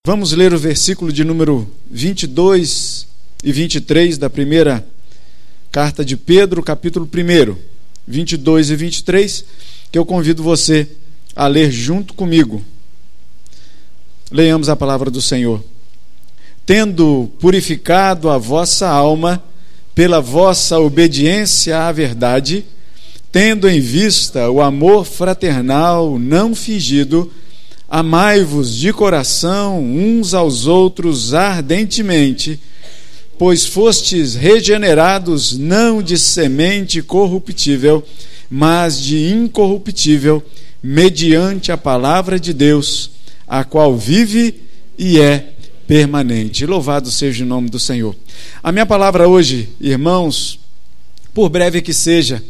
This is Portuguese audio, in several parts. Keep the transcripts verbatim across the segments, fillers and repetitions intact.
Vamos ler o versículo de número vinte e dois e vinte e três da primeira carta de Pedro, capítulo um, vinte e dois e vinte e três, que eu convido você a ler junto comigo. Leiamos a palavra do Senhor. Tendo purificado a vossa alma pela vossa obediência à verdade, tendo em vista o amor fraternal não fingido, amai-vos de coração uns aos outros ardentemente, pois fostes regenerados não de semente corruptível, mas de incorruptível, mediante a palavra de Deus, a qual vive e é permanente. Louvado seja o nome do Senhor. A minha palavra hoje, irmãos, por breve que seja,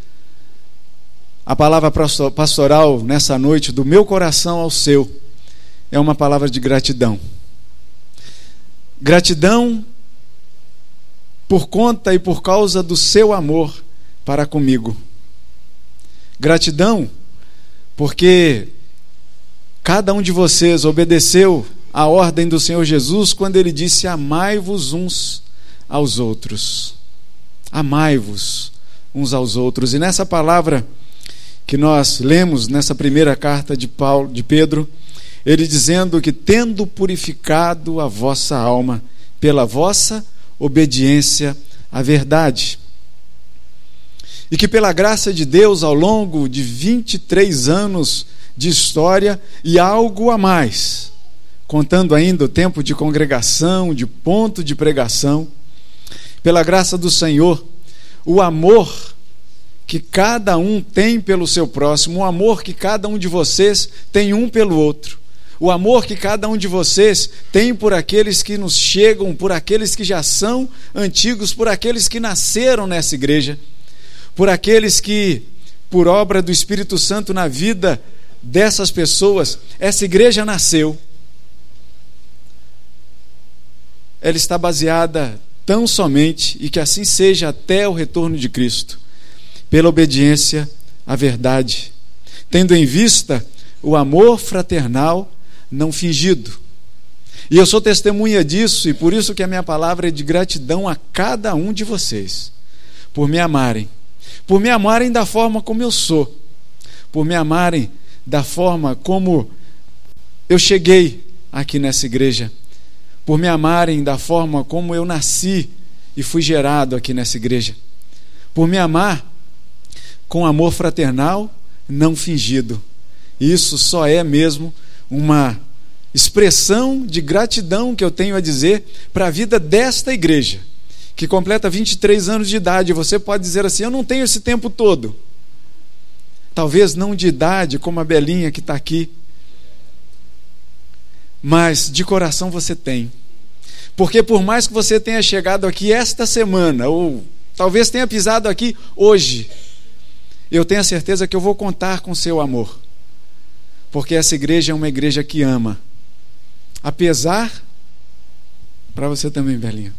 a palavra pastoral nessa noite, do meu coração ao seu, é uma palavra de gratidão. Gratidão por conta e por causa do seu amor para comigo. Gratidão porque cada um de vocês obedeceu a ordem do Senhor Jesus quando Ele disse: amai-vos uns aos outros. Amai-vos uns aos outros. E nessa palavra que nós lemos nessa primeira carta de Paulo, de Pedro, ele dizendo que tendo purificado a vossa alma pela vossa obediência à verdade, e que pela graça de Deus, ao longo de vinte e três anos de história e algo a mais, contando ainda o tempo de congregação, de ponto de pregação, pela graça do Senhor, o amor que cada um tem pelo seu próximo, o amor que cada um de vocês tem um pelo outro, o amor que cada um de vocês tem por aqueles que nos chegam, por aqueles que já são antigos, por aqueles que nasceram nessa igreja, por aqueles que, por obra do Espírito Santo na vida dessas pessoas, essa igreja nasceu. Ela está baseada tão somente, e que assim seja até o retorno de Cristo, pela obediência à verdade, tendo em vista o amor fraternal não fingido. E eu sou testemunha disso, e por isso que a minha palavra é de gratidão a cada um de vocês, por me amarem, por me amarem da forma como eu sou, por me amarem da forma como eu cheguei aqui nessa igreja, por me amarem da forma como eu nasci e fui gerado aqui nessa igreja, por me amar com amor fraternal não fingido. Isso só é mesmo uma expressão de gratidão que eu tenho a dizer para a vida desta igreja, que completa vinte e três anos de idade. Você pode dizer assim: eu não tenho esse tempo todo. Talvez não de idade como a Belinha que está aqui, mas de coração você tem. Porque por mais que você tenha chegado aqui esta semana, ou talvez tenha pisado aqui hoje, eu tenho a certeza que eu vou contar com seu amor, porque essa igreja é uma igreja que ama, apesar, para você também, Belinha,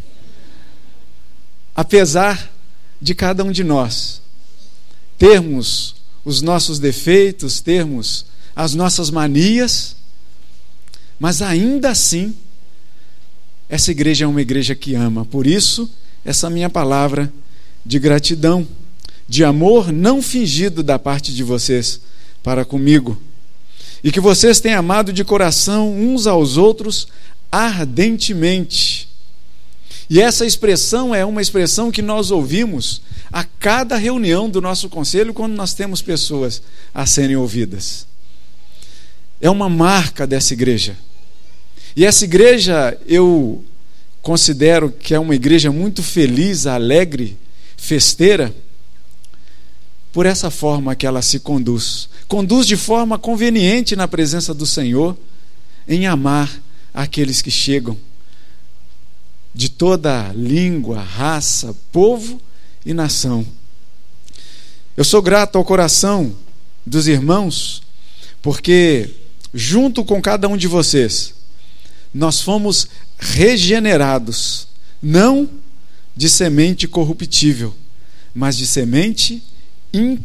apesar de cada um de nós termos os nossos defeitos, termos as nossas manias, mas ainda assim essa igreja é uma igreja que ama. Por isso essa minha palavra de gratidão, de amor não fingido da parte de vocês para comigo, e que vocês tenham amado de coração uns aos outros ardentemente. E essa expressão é uma expressão que nós ouvimos a cada reunião do nosso conselho, quando nós temos pessoas a serem ouvidas. É uma marca dessa igreja, e essa igreja eu considero que é uma igreja muito feliz, alegre, festeira, por essa forma que ela se conduz. Conduz de forma conveniente na presença do Senhor, em amar aqueles que chegam, de toda língua, raça, povo e nação. Eu sou grato ao coração dos irmãos, porque junto com cada um de vocês, nós fomos regenerados, não de semente corruptível, mas de semente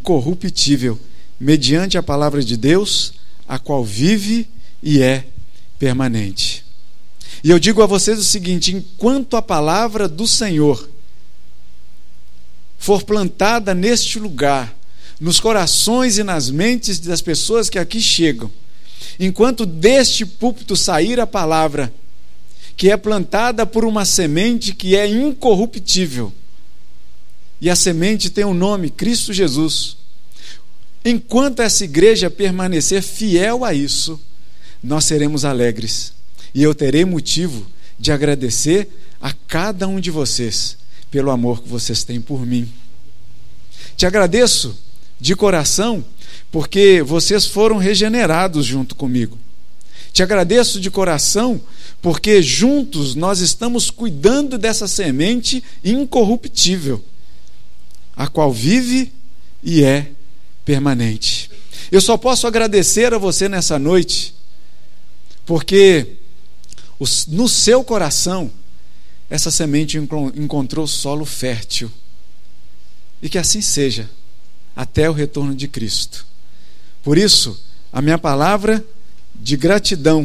incorruptível, mediante a palavra de Deus, a qual vive e é permanente. E eu digo a vocês o seguinte: enquanto a palavra do Senhor for plantada neste lugar, nos corações e nas mentes das pessoas que aqui chegam, enquanto deste púlpito sair a palavra, que é plantada por uma semente que é incorruptível, e a semente tem um nome, Cristo Jesus, enquanto essa igreja permanecer fiel a isso, nós seremos alegres, e eu terei motivo de agradecer a cada um de vocês pelo amor que vocês têm por mim. Te agradeço de coração porque vocês foram regenerados junto comigo. Te agradeço de coração porque juntos nós estamos cuidando dessa semente incorruptível, a qual vive e é permanente. Eu só posso agradecer a você nessa noite porque no seu coração essa semente encontrou solo fértil, e que assim seja até o retorno de Cristo. Por isso, a minha palavra de gratidão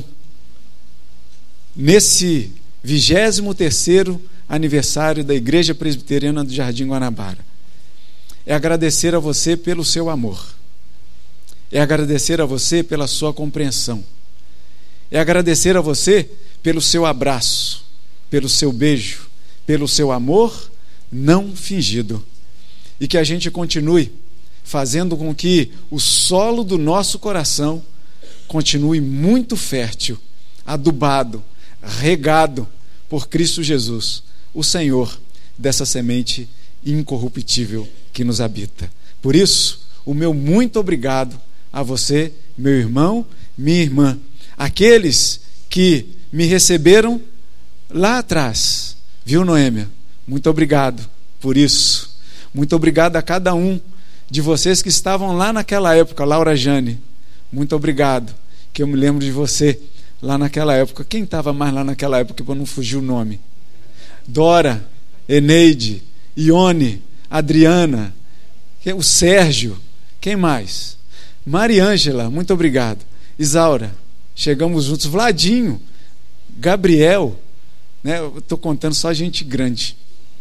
nesse vigésimo terceiro aniversário da Igreja Presbiteriana do Jardim Guanabara é agradecer a você pelo seu amor, é agradecer a você pela sua compreensão, é agradecer a você pelo seu abraço, pelo seu beijo, pelo seu amor não fingido, e que a gente continue fazendo com que o solo do nosso coração continue muito fértil, adubado, regado por Cristo Jesus, o Senhor dessa semente incorruptível que nos habita. Por isso, o meu muito obrigado a você, meu irmão, minha irmã, aqueles que me receberam lá atrás, viu, Noêmia? Muito obrigado por isso. Muito obrigado a cada um de vocês que estavam lá naquela época. Laura Jane, muito obrigado, que eu me lembro de você lá naquela época. Quem estava mais lá naquela época para não fugir o nome? Dora, Eneide, Ione, Adriana, o Sérgio, quem mais? Mariângela, muito obrigado. Isaura, chegamos juntos. Vladinho, Gabriel, né? Eu estou contando só gente grande.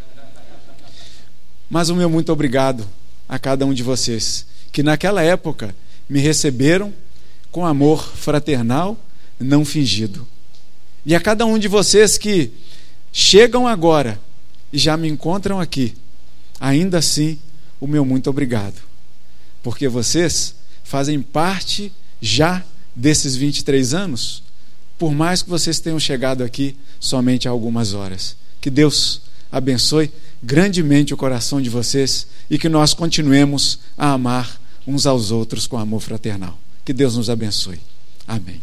Mas o meu muito obrigado a cada um de vocês que naquela época me receberam com amor fraternal não fingido, e a cada um de vocês que chegam agora e já me encontram aqui, ainda assim o meu muito obrigado, porque vocês fazem parte já desses vinte e três anos, por mais que vocês tenham chegado aqui somente há algumas horas. Que Deus abençoe grandemente o coração de vocês e que nós continuemos a amar uns aos outros com amor fraternal. Que Deus nos abençoe. Amém.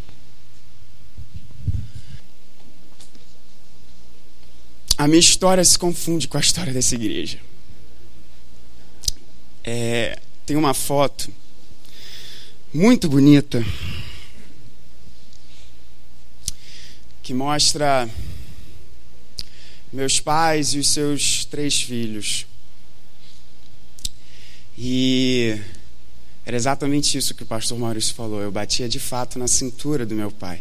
A minha história se confunde com a história dessa igreja. É, tem uma foto muito bonita que mostra meus pais e os seus três filhos. E era exatamente isso que o pastor Maurício falou. Eu batia de fato na cintura do meu pai.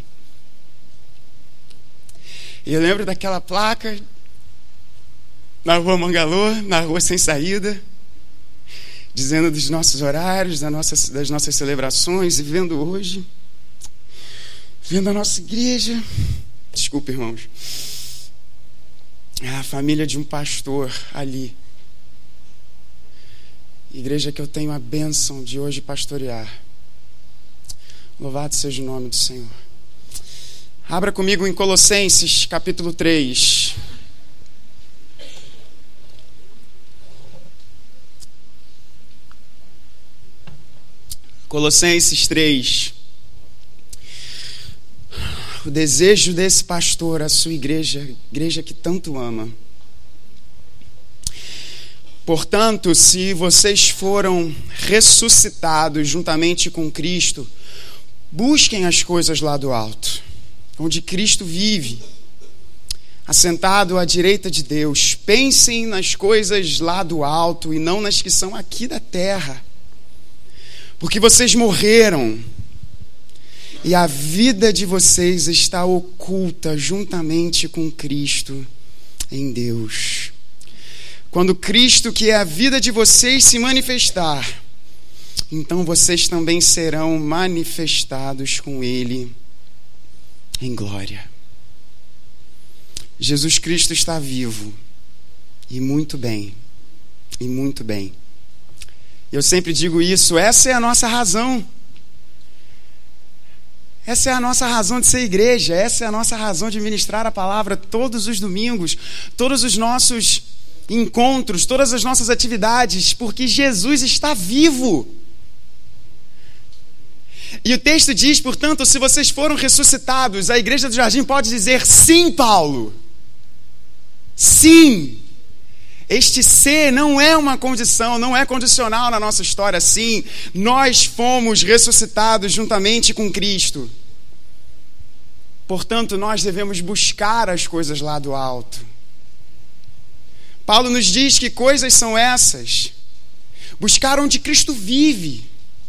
E eu lembro daquela placa na rua Mangalô, na rua sem saída, dizendo dos nossos horários, das nossas, das nossas celebrações, e vendo hoje, vendo a nossa igreja, desculpa, irmãos, a família de um pastor ali, igreja que eu tenho a bênção de hoje pastorear. Louvado seja o nome do Senhor. Abra comigo em Colossenses capítulo três. Colossenses três. O desejo desse pastor, a sua igreja, igreja que tanto ama. Portanto, se vocês foram ressuscitados juntamente com Cristo, busquem as coisas lá do alto, onde Cristo vive, assentado à direita de Deus. Pensem nas coisas lá do alto e não nas que são aqui da terra, porque vocês morreram E a vida de vocês está oculta juntamente com Cristo em Deus. Quando Cristo, que é a vida de vocês, se manifestar, então vocês também serão manifestados com Ele em glória. Jesus Cristo está vivo, e muito bem, e muito bem. Eu sempre digo isso, essa é a nossa razão. Essa é a nossa razão de ser igreja, essa é a nossa razão de ministrar a palavra todos os domingos, todos os nossos encontros, todas as nossas atividades, porque Jesus está vivo. E o texto diz, portanto, se vocês foram ressuscitados, a igreja do Jardim pode dizer, sim, Paulo, sim. Este ser não é uma condição, não é condicional na nossa história. Sim, nós fomos ressuscitados juntamente com Cristo. Portanto, nós devemos buscar as coisas lá do alto. Paulo nos diz que coisas são essas. Buscar onde Cristo vive.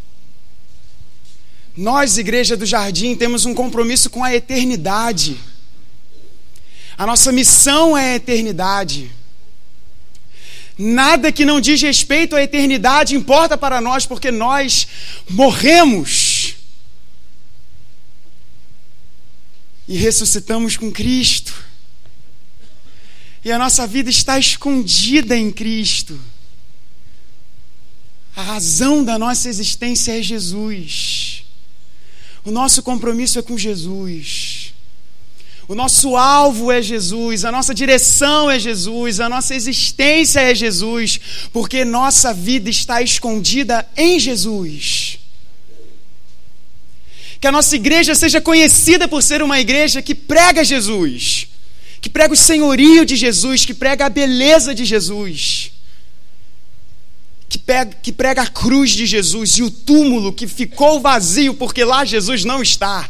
Nós, Igreja do Jardim, temos um compromisso com a eternidade. A nossa missão é a eternidade. Nada que não diz respeito à eternidade importa para nós, porque nós morremos e ressuscitamos com Cristo. E a nossa vida está escondida em Cristo. A razão da nossa existência é Jesus. O nosso compromisso é com Jesus. O nosso alvo é Jesus, a nossa direção é Jesus, a nossa existência é Jesus, porque nossa vida está escondida em Jesus. Que a nossa igreja seja conhecida por ser uma igreja que prega Jesus, que prega o senhorio de Jesus, que prega a beleza de Jesus, que prega, que prega a cruz de Jesus e o túmulo que ficou vazio porque lá Jesus não está.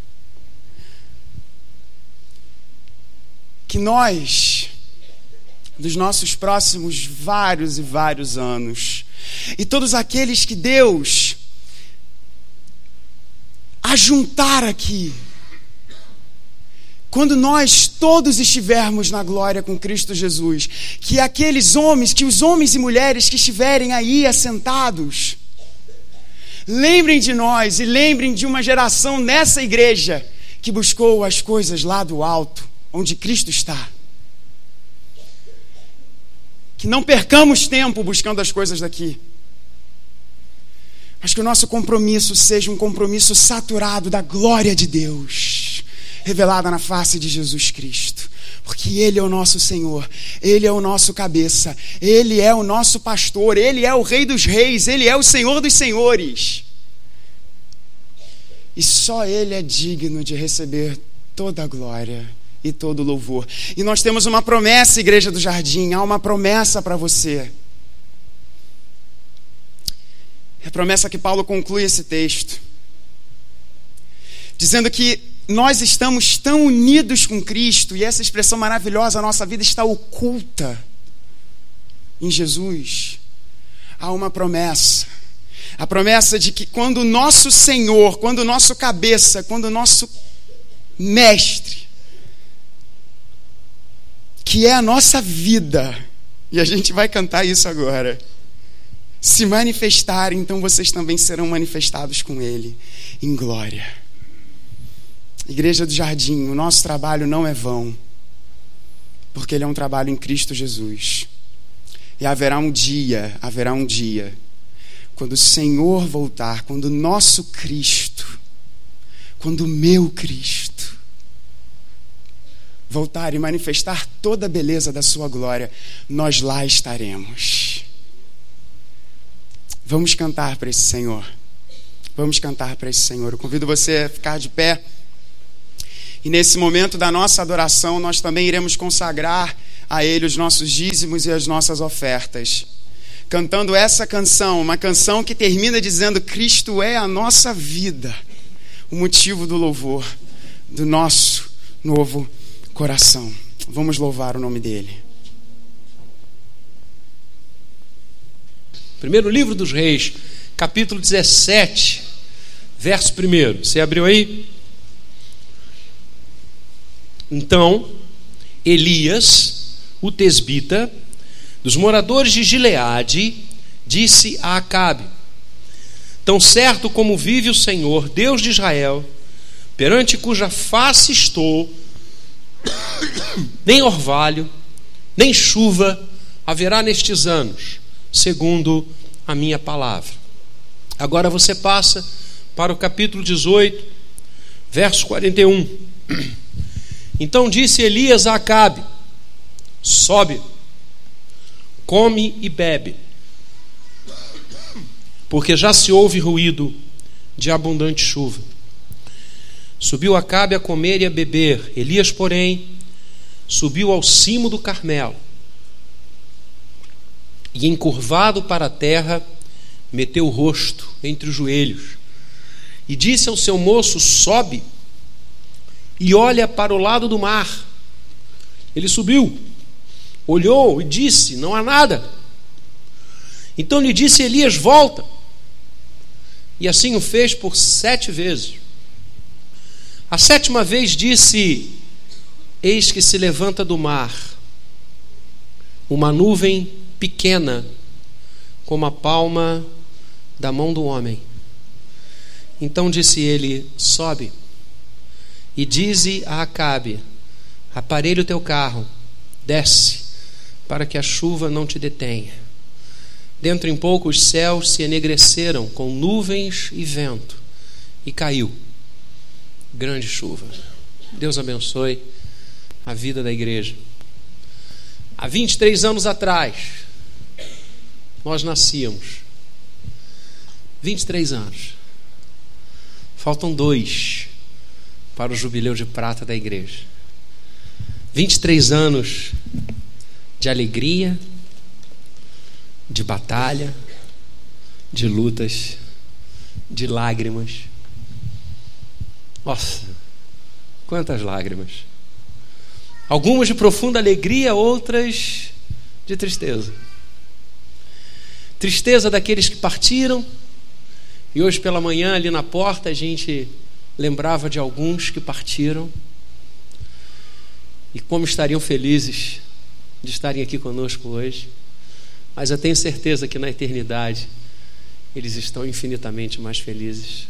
Que nós, dos nossos próximos vários e vários anos, e todos aqueles que Deus ajuntar aqui, quando nós todos estivermos na glória com Cristo Jesus, que aqueles homens, que os homens e mulheres que estiverem aí assentados, lembrem de nós e lembrem de uma geração nessa igreja que buscou as coisas lá do alto, onde Cristo está. Que não percamos tempo buscando as coisas daqui, mas que o nosso compromisso seja um compromisso saturado da glória de Deus, revelada na face de Jesus Cristo, porque Ele é o nosso Senhor, Ele é o nosso cabeça, Ele é o nosso pastor, Ele é o Rei dos reis, Ele é o Senhor dos senhores, e só Ele é digno de receber toda a glória e todo louvor. E nós temos uma promessa, Igreja do Jardim, há uma promessa para você. É a promessa que Paulo conclui esse texto, dizendo que nós estamos tão unidos com Cristo, e essa expressão maravilhosa, a nossa vida está oculta em Jesus. Há uma promessa, a promessa de que quando o nosso Senhor, quando o nosso cabeça, quando o nosso mestre, que é a nossa vida, e a gente vai cantar isso agora, se manifestar, então vocês também serão manifestados com Ele em glória. Igreja do Jardim, o nosso trabalho não é vão, porque ele é um trabalho em Cristo Jesus. E haverá um dia, haverá um dia, quando o Senhor voltar, quando o nosso Cristo, quando o meu Cristo voltar e manifestar toda a beleza da sua glória, nós lá estaremos. Vamos cantar para esse Senhor. Vamos cantar para esse Senhor. Eu convido você a ficar de pé. E nesse momento da nossa adoração, nós também iremos consagrar a Ele os nossos dízimos e as nossas ofertas, cantando essa canção, uma canção que termina dizendo: Cristo é a nossa vida, o motivo do louvor do nosso novo coração. Vamos louvar o nome dele. Primeiro livro dos Reis, capítulo dezessete, verso primeiro. Você abriu aí? Então, Elias, o tesbita, dos moradores de Gileade, disse a Acabe: tão certo como vive o Senhor, Deus de Israel, perante cuja face estou, nem orvalho, nem chuva haverá nestes anos, segundo a minha palavra. Agora você passa para o capítulo dezoito, verso quarenta e um. Então disse Elias a Acabe: sobe, come e bebe, porque já se ouve ruído de abundante chuva. Subiu Acabe a comer e a beber. Elias, porém, subiu ao cimo do Carmelo e, encurvado para a terra, meteu o rosto entre os joelhos e disse ao seu moço: sobe e olha para o lado do mar. Ele subiu, olhou e disse: não há nada. Então lhe disse Elias: volta. E assim o fez por sete vezes. A sétima vez disse: eis que se levanta do mar uma nuvem pequena, como a palma da mão do homem. Então disse ele: sobe e dize a Acabe: aparelha o teu carro, desce, para que a chuva não te detenha. Dentro em pouco os céus se enegreceram com nuvens e vento, e caiu grande chuva. Deus abençoe a vida da igreja. Há vinte e três anos atrás nós nascíamos. vinte e três anos. Faltam dois para o jubileu de prata da igreja. vinte e três anos de alegria, de batalha, de lutas, de lágrimas. Nossa, quantas lágrimas! Algumas de profunda alegria, outras de tristeza. Tristeza daqueles que partiram. E hoje pela manhã ali na porta a gente lembrava de alguns que partiram. E como estariam felizes de estarem aqui conosco hoje. Mas eu tenho certeza que na eternidade eles estão infinitamente mais felizes.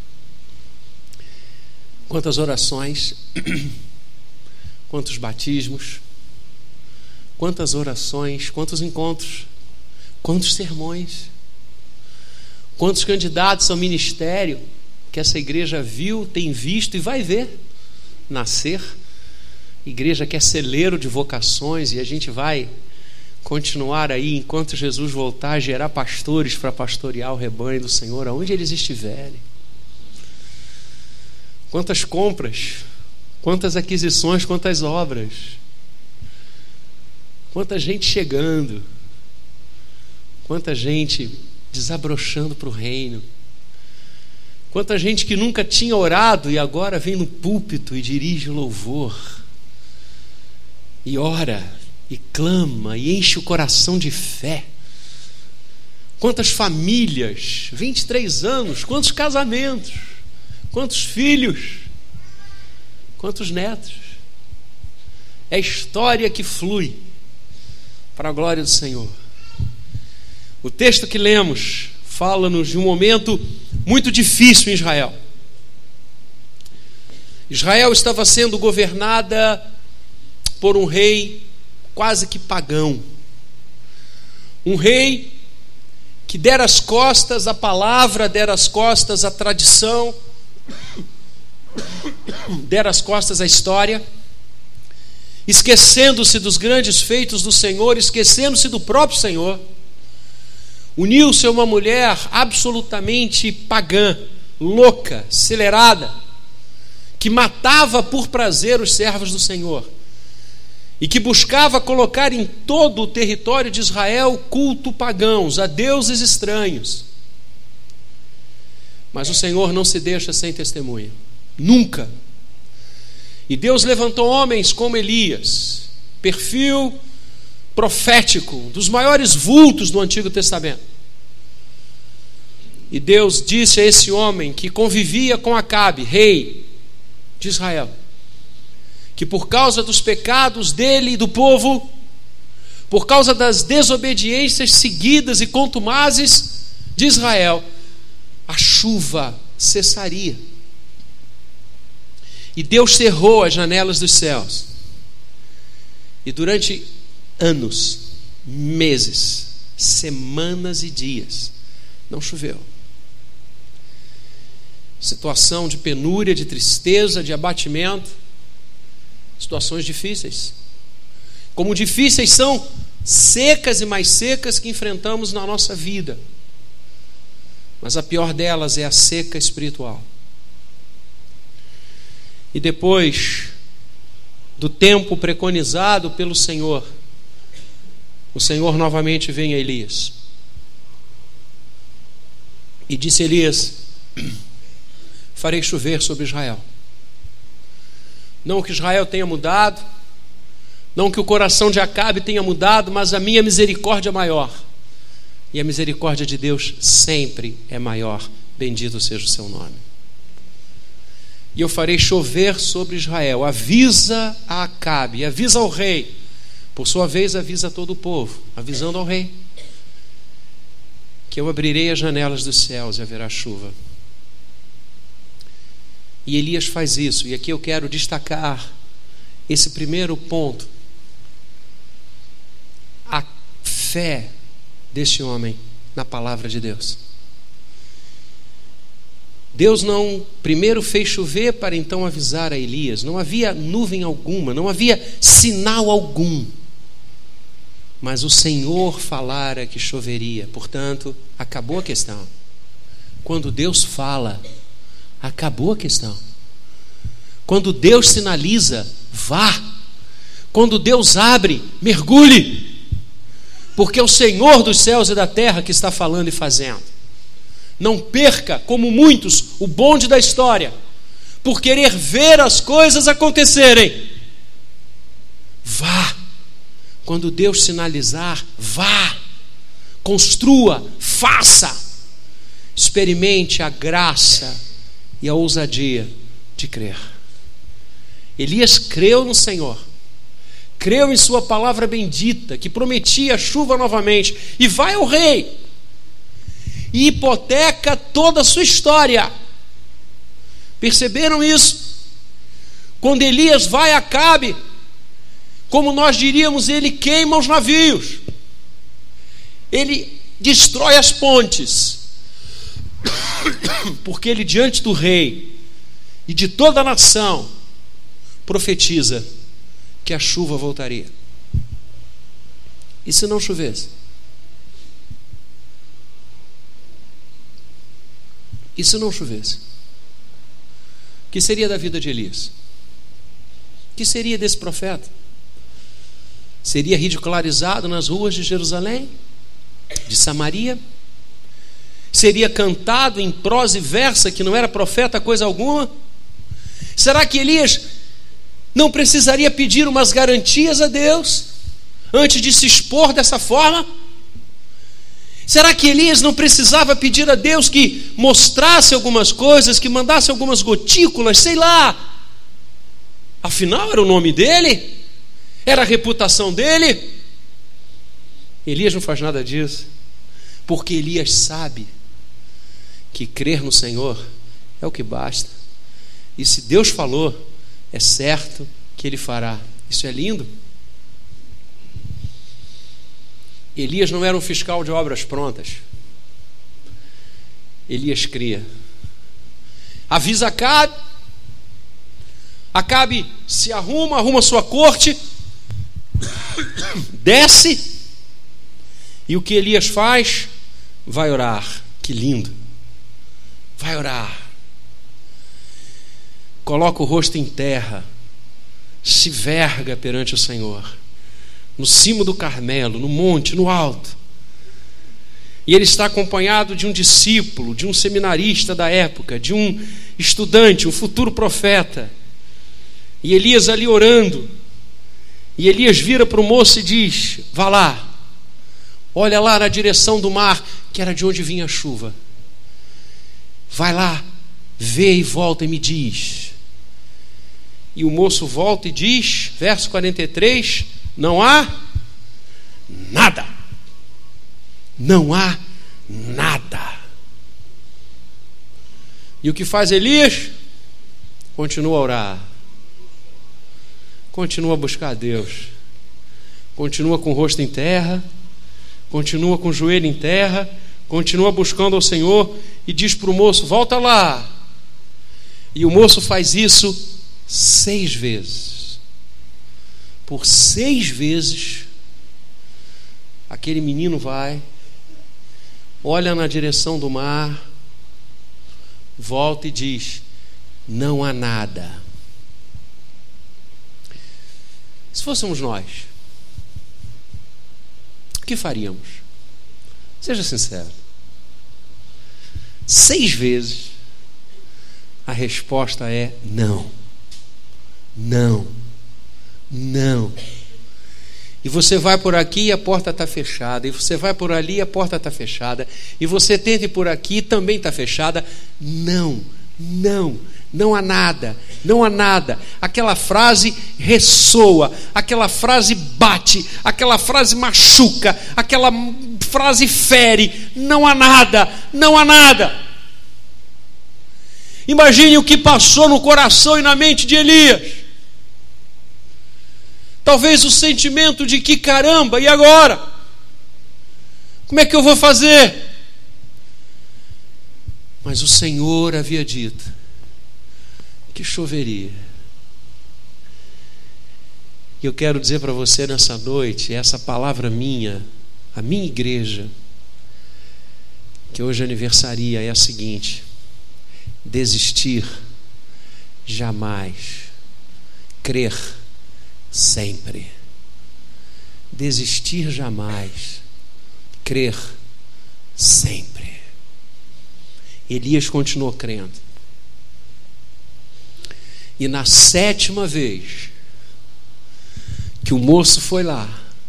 Quantas orações, quantos batismos, quantas orações, quantos encontros, quantos sermões, quantos candidatos ao ministério que essa igreja viu, tem visto e vai ver nascer. Igreja que é celeiro de vocações, e a gente vai continuar aí enquanto Jesus voltar a gerar pastores para pastorear o rebanho do Senhor aonde eles estiverem. Quantas compras, quantas aquisições, quantas obras, quanta gente chegando, quanta gente desabrochando para o reino, quanta gente que nunca tinha orado e agora vem no púlpito e dirige o louvor e ora e clama e enche o coração de fé. Quantas famílias, vinte e três anos, quantos casamentos, quantos filhos, quantos netos. É a história que flui para a glória do Senhor. O texto que lemos fala-nos de um momento muito difícil em Israel. Israel estava sendo governada por um rei quase que pagão. Um rei que dera as costas à palavra, dera as costas à tradição, dera as costas à história, esquecendo-se dos grandes feitos do Senhor, esquecendo-se do próprio Senhor. Uniu-se a uma mulher absolutamente pagã, louca, acelerada, que matava por prazer os servos do Senhor e que buscava colocar em todo o território de Israel culto pagãos, a deuses estranhos. Mas o Senhor não se deixa sem testemunha, nunca. E Deus levantou homens como Elias, perfil profético, dos maiores vultos do Antigo Testamento. E Deus disse a esse homem que convivia com Acabe, rei de Israel, que por causa dos pecados dele e do povo, por causa das desobediências seguidas e contumazes de Israel, a chuva cessaria. E Deus cerrou as janelas dos céus. E durante anos, meses, semanas e dias, não choveu. Situação de penúria, de tristeza, de abatimento, situações difíceis. Como difíceis são secas e mais secas que enfrentamos na nossa vida. Mas a pior delas é a seca espiritual. E depois do tempo preconizado pelo Senhor, o Senhor novamente vem a Elias. E disse a Elias: farei chover sobre Israel. Não que Israel tenha mudado, não que o coração de Acabe tenha mudado, mas a minha misericórdia é maior. E a misericórdia de Deus sempre é maior. Bendito seja o seu nome. E eu farei chover sobre Israel. Avisa a Acabe, avisa ao rei. Por sua vez, avisa a todo o povo, avisando ao rei, que eu abrirei as janelas dos céus e haverá chuva. E Elias faz isso. E aqui eu quero destacar esse primeiro ponto: a fé deste homem na palavra de Deus. Deus não primeiro fez chover para então avisar a Elias. Não havia nuvem alguma, não havia sinal algum, mas o Senhor falara que choveria. Portanto, acabou a questão. Quando Deus fala, acabou a questão. Quando Deus sinaliza, vá. Quando Deus abre, mergulhe. Porque é o Senhor dos céus e da terra que está falando e fazendo. Não perca, como muitos, o bonde da história, por querer ver as coisas acontecerem. Vá. Quando Deus sinalizar, vá. Construa, faça. Experimente a graça e a ousadia de crer. Elias creu no Senhor, creu em sua palavra bendita, que prometia chuva novamente, e vai ao rei e hipoteca toda a sua história. Perceberam isso? Quando Elias vai a Acabe, como nós diríamos, ele queima os navios, ele destrói as pontes, porque ele, diante do rei e de toda a nação, profetiza que a chuva voltaria. E se não chovesse? E se não chovesse? O que seria da vida de Elias? O que seria desse profeta? Seria ridicularizado nas ruas de Jerusalém, de Samaria? Seria cantado em prosa e versa que não era profeta coisa alguma? Será que Elias não precisaria pedir umas garantias a Deus antes de se expor dessa forma? Será que Elias não precisava pedir a Deus que mostrasse algumas coisas, que mandasse algumas gotículas, sei lá? Afinal, era o nome dele? Era a reputação dele? Elias não faz nada disso, porque Elias sabe que crer no Senhor é o que basta. E se Deus falou, é certo que Ele fará. Isso é lindo. Elias não era um fiscal de obras prontas. Elias cria. Avisa Acabe. Acabe se arruma, arruma sua corte, desce, e o que Elias faz? Vai orar. Que lindo. Vai orar. Coloca o rosto em terra, se verga perante o Senhor, no cimo do Carmelo, no monte, no alto. E ele está acompanhado de um discípulo, de um seminarista da época, de um estudante, um futuro profeta. E Elias ali orando. E Elias vira para o moço e diz: vá lá, olha lá na direção do mar, que era de onde vinha a chuva. vai lá, vê e volta e me diz. E o moço volta e diz, verso quarenta e três, não há nada. Não há nada. E o que faz Elias? Continua a orar. Continua a buscar a Deus. Continua com o rosto em terra. Continua com o joelho em terra. Continua buscando ao Senhor. E diz para o moço, volta lá. E o moço faz isso seis vezes. Por seis vezes, aquele menino vai, olha na direção do mar, volta e diz, não há nada. Se fôssemos nós, o que faríamos? Seja sincero. Seis vezes a resposta é não, não, não. E você vai por aqui e a porta está fechada, e você vai por ali e a porta está fechada, e você tenta ir por aqui e também está fechada. Não, não, não há nada, não há nada. Aquela frase ressoa, aquela frase bate, aquela frase machuca, aquela frase fere. Não há nada, não há nada. Imagine o que passou no coração e na mente de Elias. Talvez o sentimento de que caramba, e agora? Como é que eu vou fazer? Mas o Senhor havia dito que choveria. E eu quero dizer para você nessa noite, essa palavra minha, a minha igreja, que hoje aniversaria, é a seguinte: desistir jamais, crer sempre. Desistir jamais, crer sempre. Elias continuou crendo. E na sétima vez que o moço foi lá,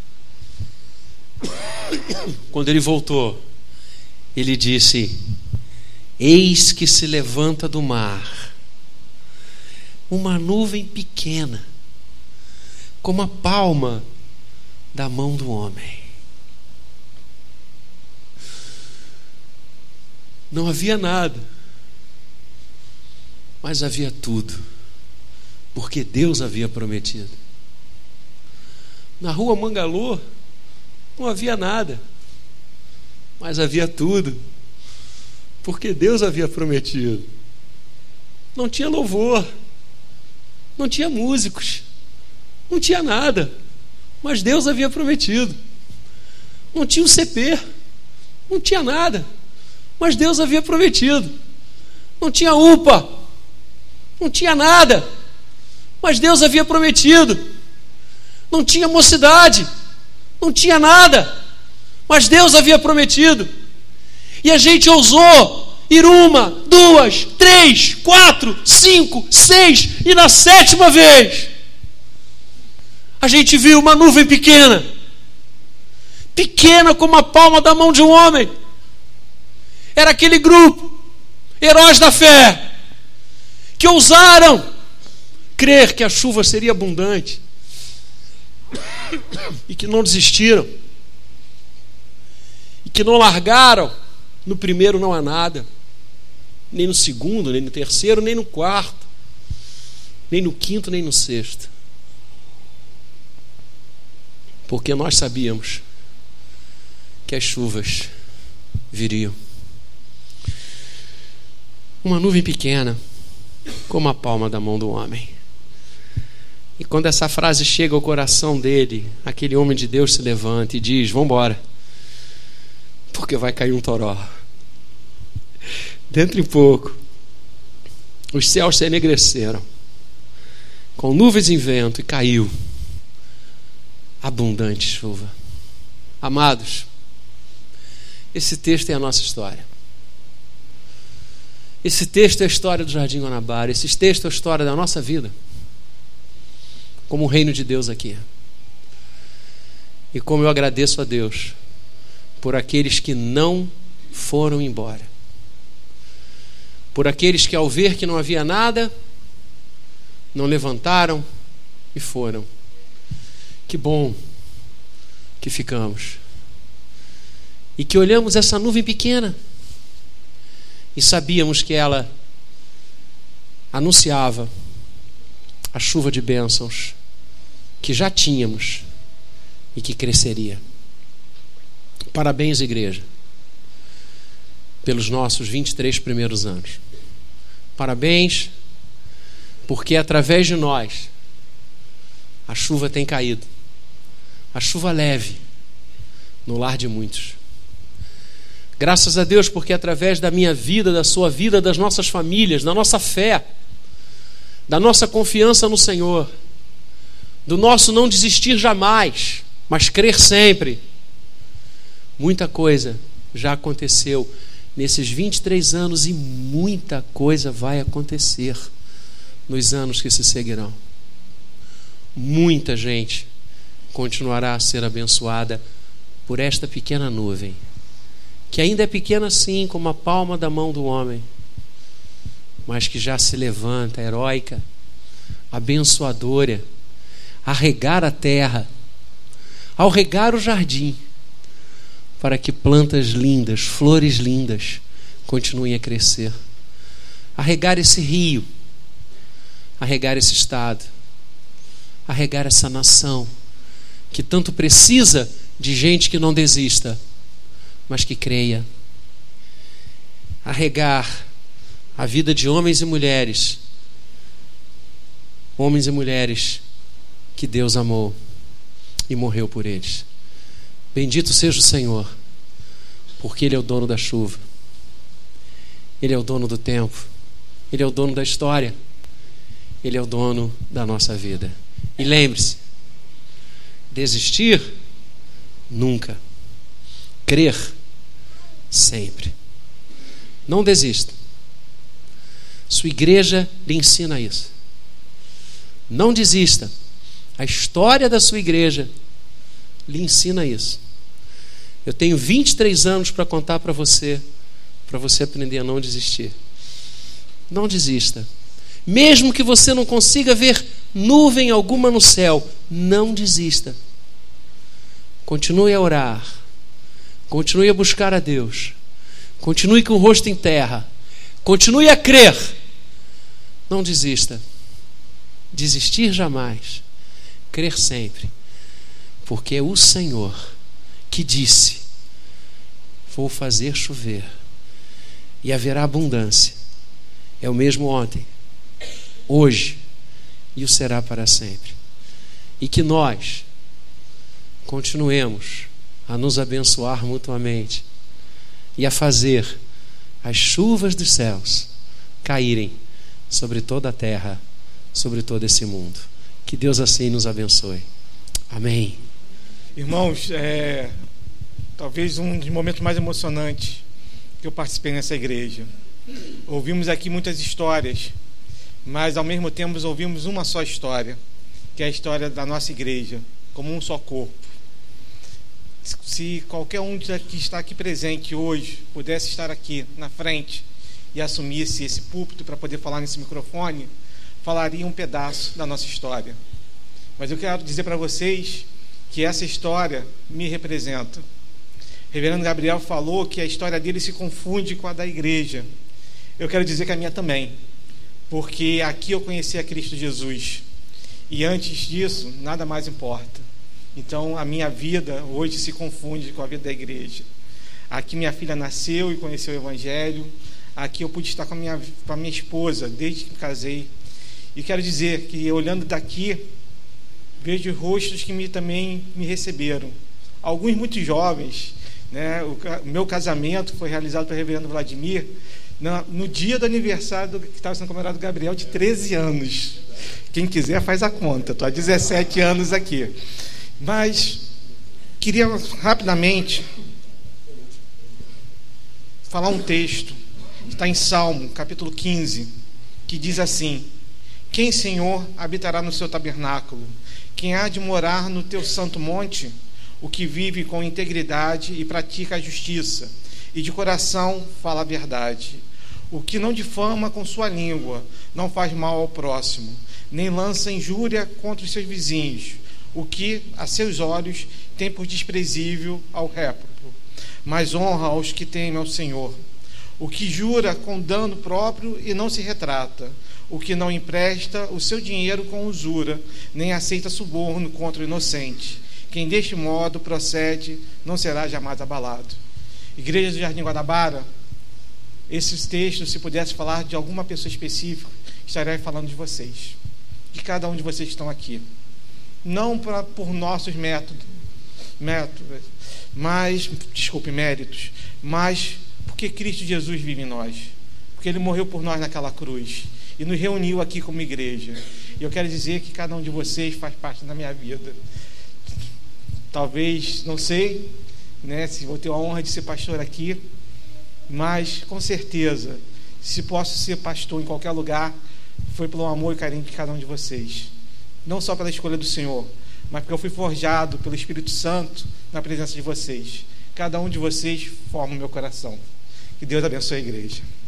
quando ele voltou, ele disse: eis que se levanta do mar uma nuvem pequena, como a palma da mão do homem. Não havia nada, mas havia tudo, porque Deus havia prometido. Na rua Mangalô não havia nada, mas havia tudo, porque Deus havia prometido. Não tinha louvor, não tinha músicos, não tinha nada, mas Deus havia prometido. Não tinha um C P, não tinha nada, mas Deus havia prometido. Não tinha U P A, não tinha nada, mas Deus havia prometido. Não tinha mocidade, não tinha nada, mas Deus havia prometido. E a gente ousou ir uma, duas, três, quatro, cinco, seis, e na sétima vez a gente viu uma nuvem pequena, pequena como a palma da mão de um homem. Era aquele grupo, heróis da fé, que ousaram crer que a chuva seria abundante e que não desistiram, e que não largaram. No primeiro não há nada, nem no segundo, nem no terceiro, nem no quarto, nem no quinto, nem no sexto, porque nós sabíamos que as chuvas viriam. Uma nuvem pequena, como a palma da mão do homem. E quando essa frase chega ao coração dele, aquele homem de Deus se levanta e diz: vamos embora, porque vai cair um toró. Dentro em pouco, os céus se enegreceram, com nuvens em vento, e caiu abundante chuva. Amados, esse texto é a nossa história. Esse texto é a história do Jardim Guanabara. Esse texto é a história da nossa vida como o reino de Deus aqui. E como eu agradeço a Deus por aqueles que não foram embora. por aqueles que, ao ver que não havia nada, não levantaram e foram. Que bom que ficamos. E que olhamos essa nuvem pequena e sabíamos que ela anunciava a chuva de bênçãos que já tínhamos e que cresceria. Parabéns, igreja, pelos nossos vinte e três primeiros anos. Parabéns, porque através de nós a chuva tem caído, a chuva leve no lar de muitos. Graças a Deus, porque através da minha vida, da sua vida, das nossas famílias, da nossa fé, da nossa confiança no Senhor, do nosso não desistir jamais, mas crer sempre, muita coisa já aconteceu nesses vinte e três anos e muita coisa vai acontecer nos anos que se seguirão. Muita gente continuará a ser abençoada por esta pequena nuvem, que ainda é pequena assim como a palma da mão do homem, mas que já se levanta heróica, abençoadora, a regar a terra, ao regar o jardim, para que plantas lindas, flores lindas continuem a crescer, a regar esse rio, a regar esse estado, a regar essa nação que tanto precisa de gente que não desista, mas que creia, a regar a vida de homens e mulheres, homens e mulheres que Deus amou e morreu por eles. Bendito seja o Senhor, porque Ele é o dono da chuva, Ele é o dono do tempo, Ele é o dono da história, Ele é o dono da nossa vida. E lembre-se, desistir nunca, crer sempre. Não desista. Sua igreja lhe ensina isso. Não desista. A história da sua igreja lhe ensina isso. Eu tenho vinte e três anos para contar para você, para você aprender a não desistir. Não desista. Mesmo que você não consiga ver nuvem alguma no céu, não desista. Continue a orar. Continue a buscar a Deus. Continue com o rosto em terra. Continue a crer. Não desista. Desistir jamais. Crer sempre. Porque é o Senhor que disse: vou fazer chover e haverá abundância. É o mesmo ontem, hoje e o será para sempre. E que nós continuemos a nos abençoar mutuamente e a fazer as chuvas dos céus caírem sobre toda a terra, sobre todo esse mundo. Que Deus assim nos abençoe. Amém. Irmãos, é, talvez um dos momentos mais emocionantes que eu participei nessa igreja. Ouvimos aqui muitas histórias, mas ao mesmo tempo ouvimos uma só história, que é a história da nossa igreja, como um só corpo. Se qualquer um que está aqui presente hoje pudesse estar aqui na frente e assumisse esse púlpito para poder falar nesse microfone, falaria um pedaço da nossa história. Mas eu quero dizer para vocês que essa história me representa. O reverendo Gabriel falou que a história dele se confunde com a da igreja. Eu quero dizer que a minha também, porque aqui eu conheci a Cristo Jesus e antes disso nada mais importa. Então a minha vida hoje se confunde com a vida da igreja. Aqui minha filha nasceu e conheceu o Evangelho. Aqui eu pude estar com a minha, com a minha esposa desde que me casei. E quero dizer que olhando daqui vejo rostos que me, também me receberam. Alguns muito jovens, né? O meu casamento foi realizado pelo reverendo Vladimir no, no dia do aniversário do, que estava sendo comemorado Gabriel, de treze anos. Quem quiser faz a conta. Estou há dezessete anos aqui. Mas queria rapidamente falar um texto, está em Salmo, capítulo quinze, que diz assim: quem, Senhor, habitará no seu tabernáculo? Quem há de morar no teu santo monte? O que vive com integridade e pratica a justiça, e de coração fala a verdade. o que não difama com sua língua, não faz mal ao próximo, nem lança injúria contra os seus vizinhos, o que a seus olhos tem por desprezível ao réprobo, mas honra aos que temem ao Senhor, o que jura com dano próprio e não se retrata, o que não empresta o seu dinheiro com usura, nem aceita suborno contra o inocente. Quem deste modo procede não será jamais abalado. Igreja do Jardim Guanabara, esses textos, se pudesse falar de alguma pessoa específica, estaria falando de vocês, de cada um de vocês que estão aqui. Não pra, por nossos métodos, métodos, mas, desculpe, méritos, mas porque Cristo Jesus vive em nós, porque Ele morreu por nós naquela cruz e nos reuniu aqui como igreja. E eu quero dizer que cada um de vocês faz parte da minha vida. Talvez, não sei, né, se vou ter a honra de ser pastor aqui, mas com certeza, se posso ser pastor em qualquer lugar, foi pelo amor e carinho de cada um de vocês. Não só pela escolha do Senhor, mas porque eu fui forjado pelo Espírito Santo na presença de vocês. Cada um de vocês forma o meu coração. Que Deus abençoe a igreja.